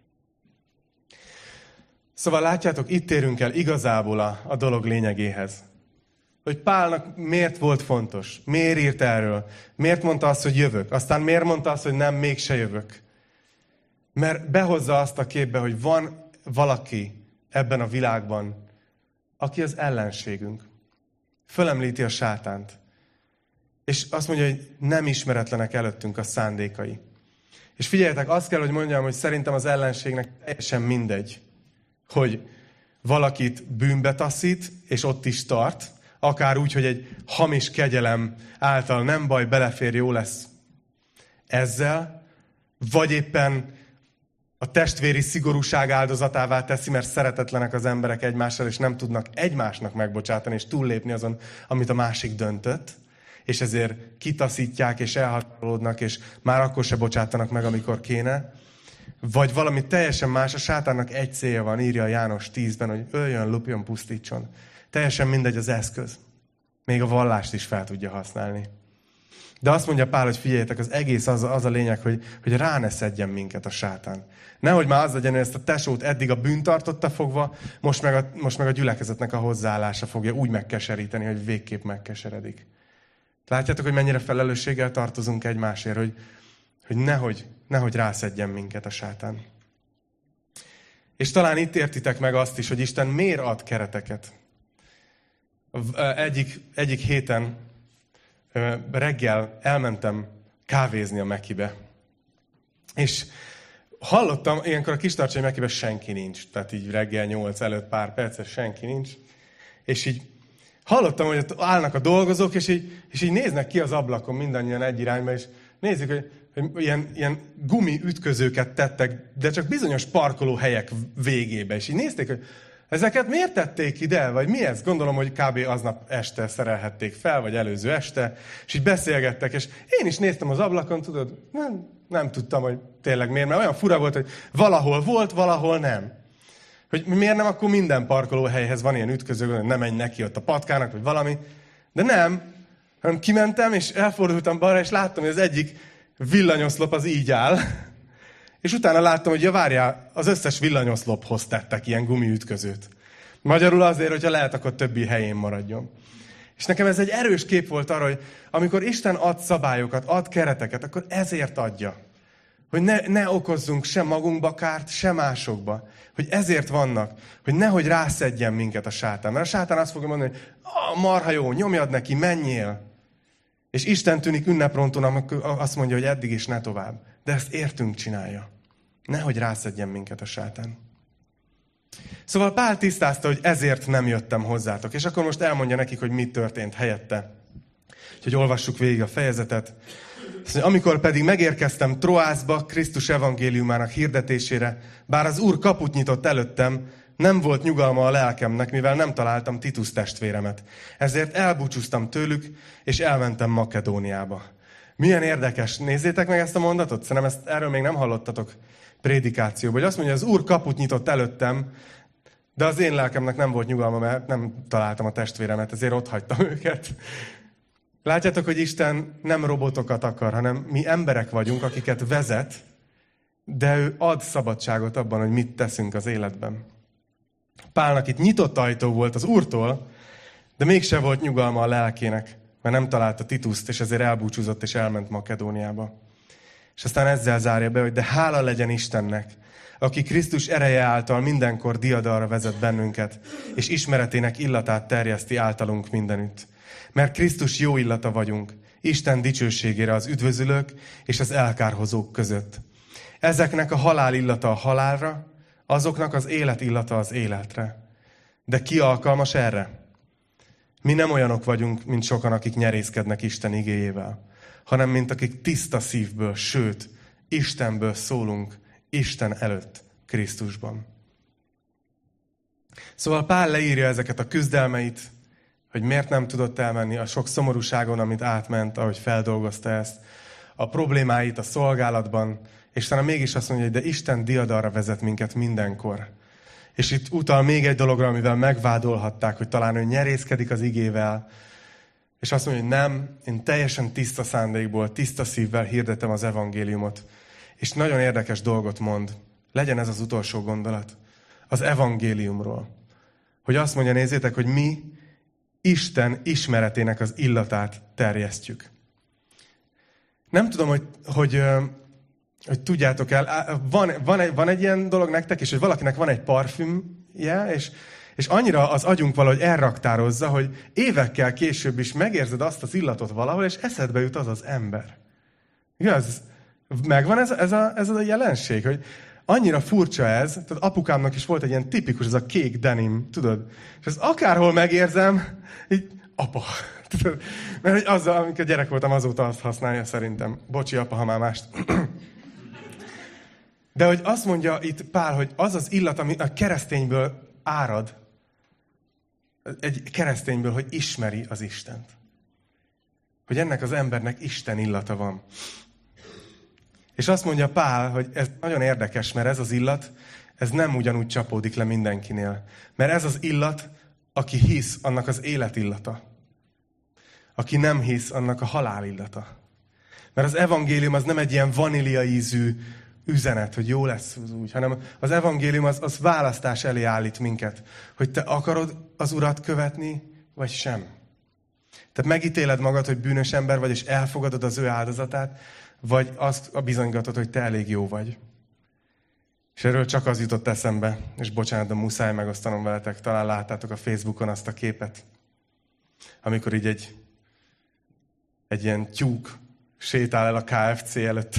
Szóval látjátok, itt érünk el igazából a dolog lényegéhez. Hogy Pálnak miért volt fontos? Miért írt erről? Miért mondta azt, hogy jövök? Aztán miért mondta azt, hogy nem, mégse jövök? Mert behozza azt a képbe, hogy van valaki ebben a világban, aki az ellenségünk. Fölemlíti a sátánt. És azt mondja, hogy nem ismeretlenek előttünk a szándékai. És figyeljetek, azt kell, hogy mondjam, hogy szerintem az ellenségnek teljesen mindegy, hogy valakit bűnbe taszít, és ott is tart, akár úgy, hogy egy hamis kegyelem által nem baj, belefér, jó lesz ezzel, vagy éppen a testvéri szigorúság áldozatává teszi, mert szeretetlenek az emberek egymással, és nem tudnak egymásnak megbocsátani, és túllépni azon, amit a másik döntött, és ezért kitaszítják, és elhatárolódnak, és már akkor se bocsátanak meg, amikor kéne. Vagy valami teljesen más, a sátánnak egy célja van, írja János 10-ben, hogy öljön, lupjon, pusztítson. Teljesen mindegy az eszköz. Még a vallást is fel tudja használni. De azt mondja Pál, hogy figyeljetek, az egész az a lényeg, hogy rá ne szedjen minket a sátán. Nehogy már az legyen, hogy ezt a tesót eddig a bűn tartotta fogva, most meg a gyülekezetnek a hozzáállása fogja úgy megkeseríteni, hogy végképp megkeseredik. Látjátok, hogy mennyire felelősséggel tartozunk egymásért, hogy nehogy rászedjen minket a sátán. És talán itt értitek meg azt is, hogy Isten miért ad kereteket. Egyik héten reggel elmentem kávézni a Mekibe. És hallottam, ilyenkor a Kistarcsai Mekibe senki nincs. Tehát így reggel 8 előtt pár percet senki nincs. És így hallottam, hogy ott állnak a dolgozók, és így néznek ki az ablakon mindannyian egy irányba, és nézik, hogy ilyen gumi ütközőket tettek, de csak bizonyos parkolóhelyek végébe. És így nézték, hogy ezeket miért tették ide, vagy mi ez? Gondolom, hogy kb. Aznap este szerelhették fel, vagy előző este, és így beszélgettek, és én is néztem az ablakon, tudod, nem tudtam, hogy tényleg miért, mert olyan fura volt, hogy valahol volt, valahol nem. Hogy miért nem akkor minden parkolóhelyhez van ilyen ütköző, hogy nem menj neki ott a patkának, vagy valami. De nem, hanem kimentem, és elfordultam balra, és láttam, hogy az egyik villanyoszlop az így áll, és utána láttam, hogy várjál, az összes villanyoszlophoz tettek ilyen gumiütközőt. Magyarul azért, hogyha lehet, akkor többi helyén maradjon. És nekem ez egy erős kép volt arra, hogy amikor Isten ad szabályokat, ad kereteket, akkor ezért adja. Hogy ne okozzunk sem magunkba kárt, sem másokba. Hogy ezért vannak, hogy nehogy rászedjen minket a sátán. Mert a sátán azt fogja mondani, hogy marha jó, nyomjad neki, menjél. És Isten tűnik ünneprontón, amikor azt mondja, hogy eddig is ne tovább. De ezt értünk csinálja. Nehogy rászedjen minket a sátán. Szóval Pál tisztázta, hogy ezért nem jöttem hozzátok. És akkor most elmondja nekik, hogy mi történt helyette. Úgyhogy olvassuk végig a fejezetet. Amikor pedig megérkeztem Troászba, Krisztus evangéliumának hirdetésére, bár az Úr kaput nyitott előttem, nem volt nyugalma a lelkemnek, mivel nem találtam Titus testvéremet. Ezért elbúcsúztam tőlük, és elmentem Makedóniába. Milyen érdekes. Nézzétek meg ezt a mondatot. Szerintem erről még nem hallottatok prédikációban. Hogy azt mondja, az Úr kaput nyitott előttem, de az én lelkemnek nem volt nyugalma, mert nem találtam a testvéremet, ezért ott hagytam őket. Látjátok, hogy Isten nem robotokat akar, hanem mi emberek vagyunk, akiket vezet, de ő ad szabadságot abban, hogy mit teszünk az életben. Pálnak itt nyitott ajtó volt az Úrtól, de mégse volt nyugalma a lelkének, mert nem találta Tituszt, és ezért elbúcsúzott, és elment Makedóniába. És aztán ezzel zárja be, hogy de hála legyen Istennek, aki Krisztus ereje által mindenkor diadalra vezet bennünket, és ismeretének illatát terjeszti általunk mindenütt. Mert Krisztus jó illata vagyunk, Isten dicsőségére az üdvözülők és az elkárhozók között. Ezeknek a halál illata a halálra, azoknak az élet illata az életre. De ki alkalmas erre? Mi nem olyanok vagyunk, mint sokan, akik nyerészkednek Isten igéjével, hanem mint akik tiszta szívből, sőt, Istenből szólunk, Isten előtt, Krisztusban. Szóval Pál leírja ezeket a küzdelmeit, hogy miért nem tudott elmenni, a sok szomorúságon, amit átment, ahogy feldolgozta ezt, a problémáit a szolgálatban, és talán mégis azt mondja, hogy de Isten diadalra vezet minket mindenkor. És itt utal még egy dologra, amivel megvádolhatták, hogy talán ő nyerészkedik az igével, és azt mondja, hogy nem, én teljesen tiszta szándékból, tiszta szívvel hirdetem az evangéliumot. És nagyon érdekes dolgot mond. Legyen ez az utolsó gondolat. Az evangéliumról. Hogy azt mondja, nézzétek, hogy mi Isten ismeretének az illatát terjesztjük. Nem tudom, hogy tudjátok el, van egy ilyen dolog nektek is, hogy valakinek van egy parfümje, és annyira az agyunk valahogy elraktározza, hogy évekkel később is megérzed azt az illatot valahol, és eszedbe jut az az ember. Igaz? Megvan ez a jelenség, hogy annyira furcsa ez, tehát apukámnak is volt egy ilyen tipikus, ez a kék denim, tudod? És ezt akárhol megérzem, így apa. Tudod? Mert hogy azzal, amikor gyerek voltam, azóta azt használja szerintem. Bocsi, apa, ha már mást. De hogy azt mondja itt Pál, hogy az az illat, ami a keresztényből árad, egy keresztényből, hogy ismeri az Istent. Hogy ennek az embernek Isten illata van. És azt mondja Pál, hogy ez nagyon érdekes, mert ez az illat, ez nem ugyanúgy csapódik le mindenkinél. Mert ez az illat, aki hisz, annak az élet illata. Aki nem hisz, annak a halál illata. Mert az evangélium az nem egy ilyen vanília ízű üzenet, hogy jó lesz úgy, hanem az evangélium az választás elé állít minket, hogy te akarod az Urat követni, vagy sem. Tehát megítéled magad, hogy bűnös ember vagy, és elfogadod az ő áldozatát, vagy azt bizonygatod, hogy te elég jó vagy. És erről csak az jutott eszembe, és bocsánat, de muszáj megosztanom veletek, talán láttátok a Facebookon azt a képet, amikor így egy ilyen tyúk sétál el a KFC előtt.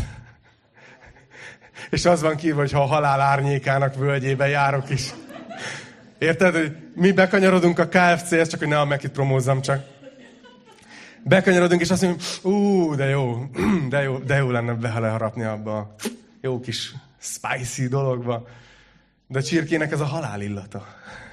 És az van kívül, hogy ha a halál árnyékának völgyében járok is. Érted, hogy mi bekanyarodunk a KFC-hez, csak hogy ne a Mekit promózzam csak. Bekanyarodunk, és azt mondjuk, de jó lenne beleharapni abba a jó kis spicy dologba. De a csirkének ez a halál illata.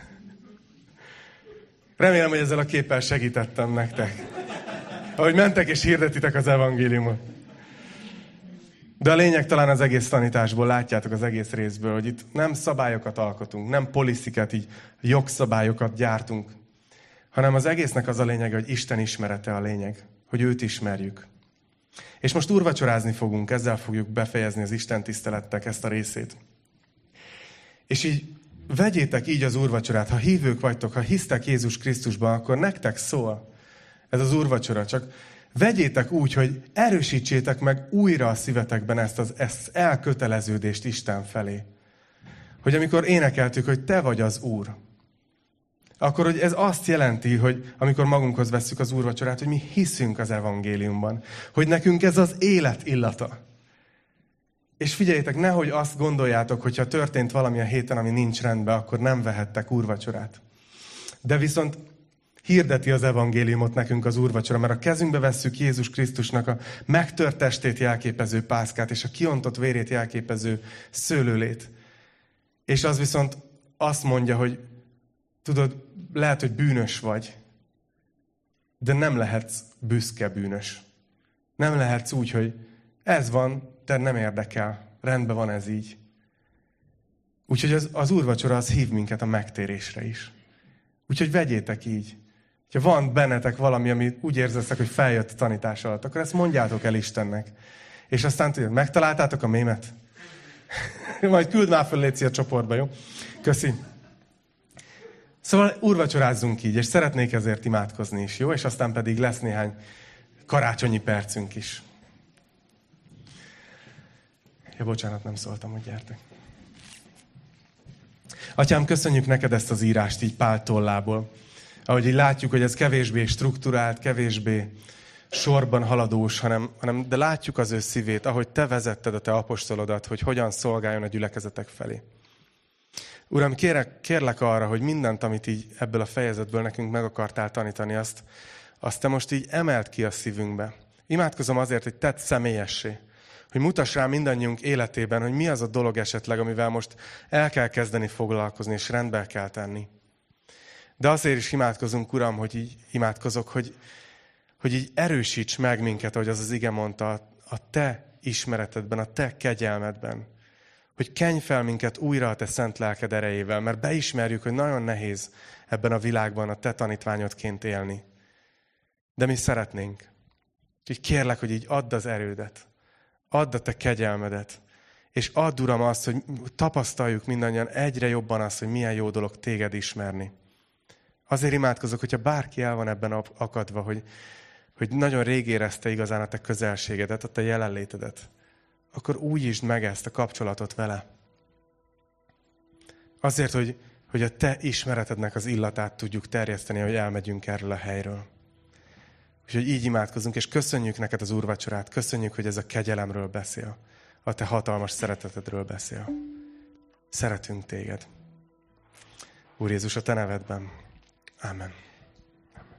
Remélem, hogy ezzel a képpel segítettem nektek. Ahogy mentek és hirdetitek az evangéliumot. De a lényeg talán az egész tanításból, látjátok az egész részből, hogy itt nem szabályokat alkotunk, nem polisziket, így jogszabályokat gyártunk, hanem az egésznek az a lényeg, hogy Isten ismerete a lényeg, hogy őt ismerjük. És most úrvacsorázni fogunk, ezzel fogjuk befejezni az Isten tisztelettek ezt a részét. És így vegyétek így az úrvacsorát, ha hívők vagytok, ha hisztek Jézus Krisztusban, akkor nektek szól ez az úrvacsora, csak vegyétek úgy, hogy erősítsétek meg újra a szívetekben ezt elköteleződést Isten felé. Hogy amikor énekeltük, hogy te vagy az Úr, akkor hogy ez azt jelenti, hogy amikor magunkhoz vesszük az úrvacsorát, hogy mi hiszünk az evangéliumban. Hogy nekünk ez az élet illata. És figyeljétek, nehogy azt gondoljátok, hogyha történt valami a héten, ami nincs rendben, akkor nem vehettek úrvacsorát. De viszont hirdeti az evangéliumot nekünk az úrvacsora, mert a kezünkbe vesszük Jézus Krisztusnak a megtört testét jelképező pászkát, és a kiontott vérét jelképező szőlőlét. És az viszont azt mondja, hogy tudod, lehet, hogy bűnös vagy, de nem lehetsz büszke bűnös. Nem lehetsz úgy, hogy ez van, de nem érdekel. Rendben van ez így. Úgyhogy az úrvacsora az hív minket a megtérésre is. Úgyhogy vegyétek így. Ha van bennetek valami, ami úgy érzesztek, hogy feljött a tanítás alatt, akkor ezt mondjátok el Istennek. És aztán tudjátok, megtaláltátok a mémet? Majd küld már föl, légy a csoportba, jó? Köszi. Szóval úrvacsorázzunk így, és szeretnék ezért imádkozni is, jó? És aztán pedig lesz néhány karácsonyi percünk is. Ja, bocsánat, nem szóltam, hogy gyertek. Atyám, köszönjük neked ezt az írást így Pál tollából. Ahogy így látjuk, hogy ez kevésbé strukturált, kevésbé sorban haladós, de látjuk az ő szívét, ahogy te vezetted a te apostolodat, hogy hogyan szolgáljon a gyülekezetek felé. Uram, kérlek arra, hogy mindent, amit így ebből a fejezetből nekünk meg akartál tanítani, azt te most így emeld ki a szívünkbe. Imádkozom azért, hogy tedd személyessé, hogy mutass rá mindannyiunk életében, hogy mi az a dolog esetleg, amivel most el kell kezdeni foglalkozni, és rendbe kell tenni. De azért is imádkozunk, Uram, hogy így imádkozok, hogy így erősíts meg minket, ahogy az ige mondta, a Te ismeretedben, a Te kegyelmedben. Hogy kenj fel minket újra a Te szent lelked erejével, mert beismerjük, hogy nagyon nehéz ebben a világban a Te tanítványodként élni. De mi szeretnénk. Úgyhogy kérlek, hogy így add az erődet, add a Te kegyelmedet, és add, Uram, azt, hogy tapasztaljuk mindannyian egyre jobban azt, hogy milyen jó dolog Téged ismerni. Azért imádkozok, hogyha bárki el van ebben akadva, hogy nagyon rég érezte igazán a Te közelségedet, a Te jelenlétedet, akkor újítsd meg ezt a kapcsolatot vele. Azért, hogy a Te ismeretednek az illatát tudjuk terjeszteni, hogy elmegyünk erről a helyről. Úgyhogy így imádkozunk, és köszönjük neked az úrvacsorát, köszönjük, hogy ez a kegyelemről beszél, a Te hatalmas szeretetedről beszél. Szeretünk Téged. Úr Jézus, a Te nevedben. Amen.